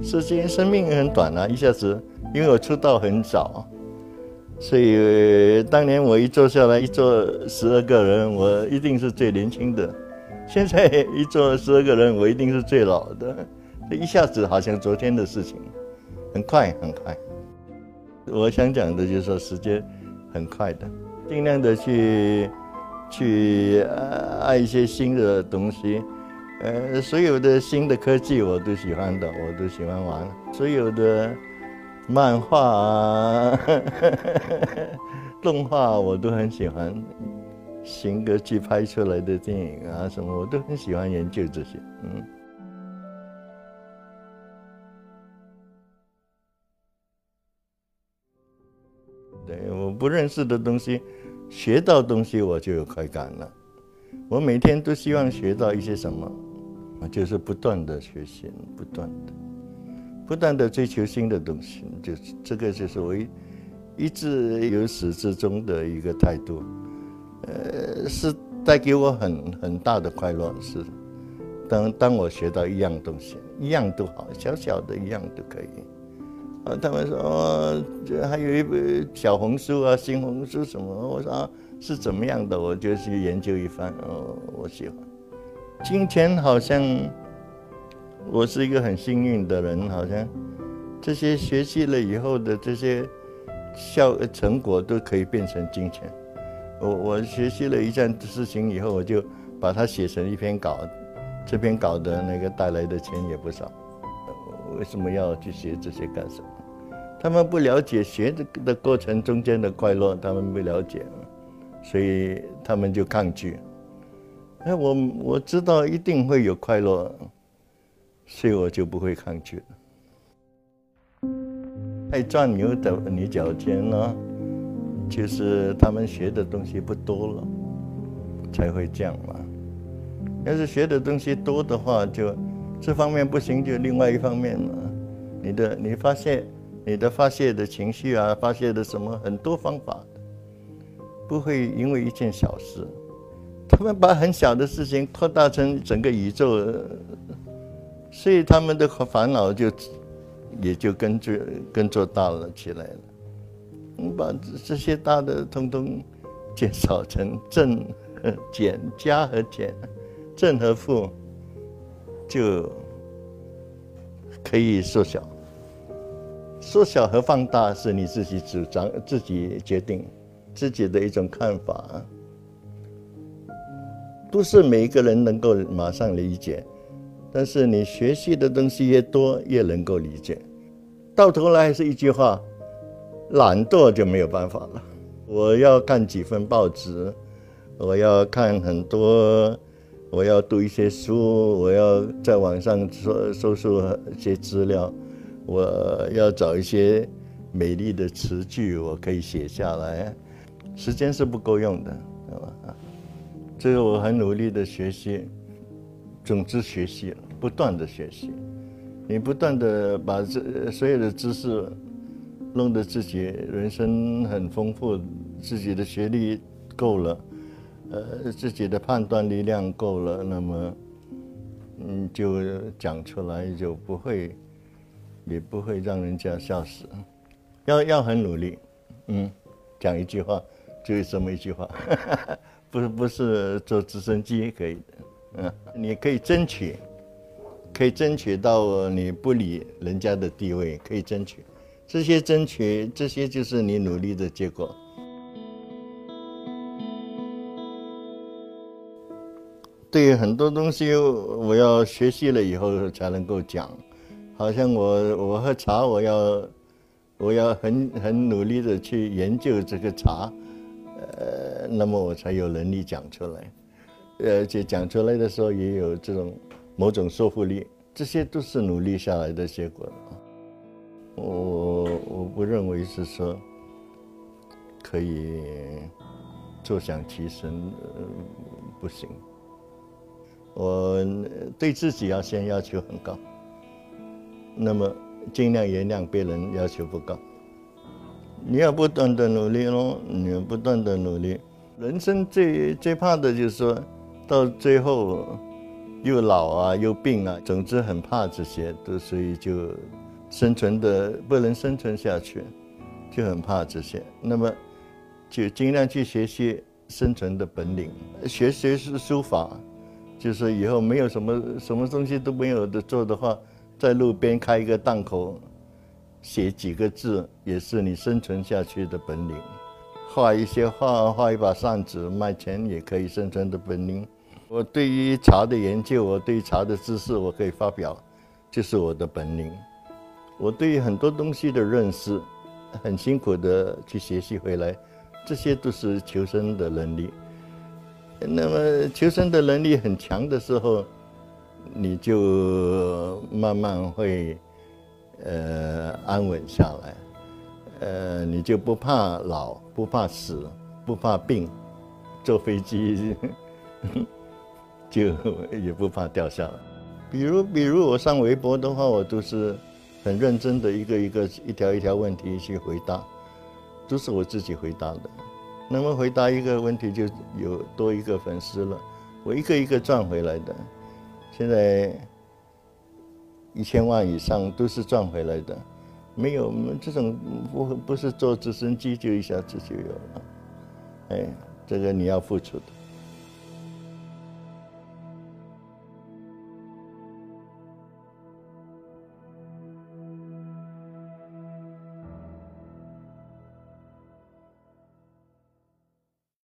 生命很短啊，一下子，因为我出道很早，所以当年我一坐下来，一坐12个人，我一定是最年轻的。现在一坐12个人，我一定是最老的。一下子好像昨天的事情，很快很快。我想讲的就是说，时间很快的，尽量的去爱一些新的东西。所有的新的科技我都喜欢的，我都喜欢玩。所有的漫画啊、动画我都很喜欢，新歌剧拍出来的电影啊什么，我都很喜欢研究这些。对，我不认识的东西，学到东西我就有快感了。我每天都希望学到一些什么，就是不断的学习，不断的追求新的东西，这个就是我一直由始至终的一个态度。是带给我很大的快乐。是，当我学到一样东西，一样都好，小小的一样都可以。他们说这还有一本小红书啊、新红书什么，我说是怎么样的，我就去研究一番。我喜欢。今天好像我是一个很幸运的人，好像这些学习了以后的这些成果都可以变成金钱。我学习了一件事情以后，我就把它写成一篇稿，这篇稿的那个带来的钱也不少。为什么要去学这些干什么？他们不了解学的过程中间的快乐，他们不了解，所以他们就抗拒。我知道一定会有快乐，所以我就不会抗拒了。爱钻牛角尖呢，就是他们学的东西不多了，才会这样嘛。要是学的东西多的话，就这方面不行，就另外一方面嘛。你发泄的情绪啊，发泄的什么很多方法的，不会因为一件小事。他们把很小的事情扩大成整个宇宙，所以他们的烦恼也就跟着大了起来了。把这些大的通通减少成正和减、加和减、正和负，就可以缩小。缩小和放大是你自己主张、自己决定、自己的一种看法，不是每一个人能够马上理解。但是你学习的东西越多，越能够理解。到头来还是一句话。懒惰就没有办法了。我要看几份报纸，我要看很多，我要读一些书，我要在网上搜索一些资料，我要找一些美丽的词句，我可以写下来。时间是不够用的，对吧？这个我很努力的学习，总之学习，不断的学习。你不断的把所有的知识弄得自己人生很丰富，自己的学历够了，自己的判断力量够了，那么，就讲出来就也不会让人家笑死。要很努力，讲一句话就是这么一句话，不是坐直升机可以的，你可以争取到你不理人家的地位，可以争取。这些就是你努力的结果。对于很多东西，我要学习了以后才能够讲。好像我喝茶，我要很努力的去研究这个茶，那么我才有能力讲出来。而且讲出来的时候也有这种某种说服力，这些都是努力下来的结果。我不认为是说可以坐享其成，不行。我对自己要先要求很高，那么尽量原谅别人要求不高。你要不断的努力咯，你要不断的努力。人生最怕的就是说，到最后又老啊，又病啊，总之很怕这些，所以就生存的不能生存下去，就很怕这些。那么就尽量去学习生存的本领，学书法，就是以后没有什么东西都没有的做的话，在路边开一个档口，写几个字也是你生存下去的本领。画一些画，画一把扇子卖钱也可以生存的本领。我对于茶的研究，我对于茶的知识，我可以发表，就是我的本领。我对于很多东西的认识，很辛苦的去学习回来，这些都是求生的能力。那么求生的能力很强的时候，你就慢慢会安稳下来，你就不怕老，不怕死，不怕病，坐飞机就也不怕掉下来。比如我上微博的话，我都是很认真的一条一条问题去回答，都是我自己回答的。那么回答一个问题就有多一个粉丝了，我一个一个赚回来的。现在1000万以上都是赚回来的，没有这种不是坐直升机就一下子就有了，这个你要付出的。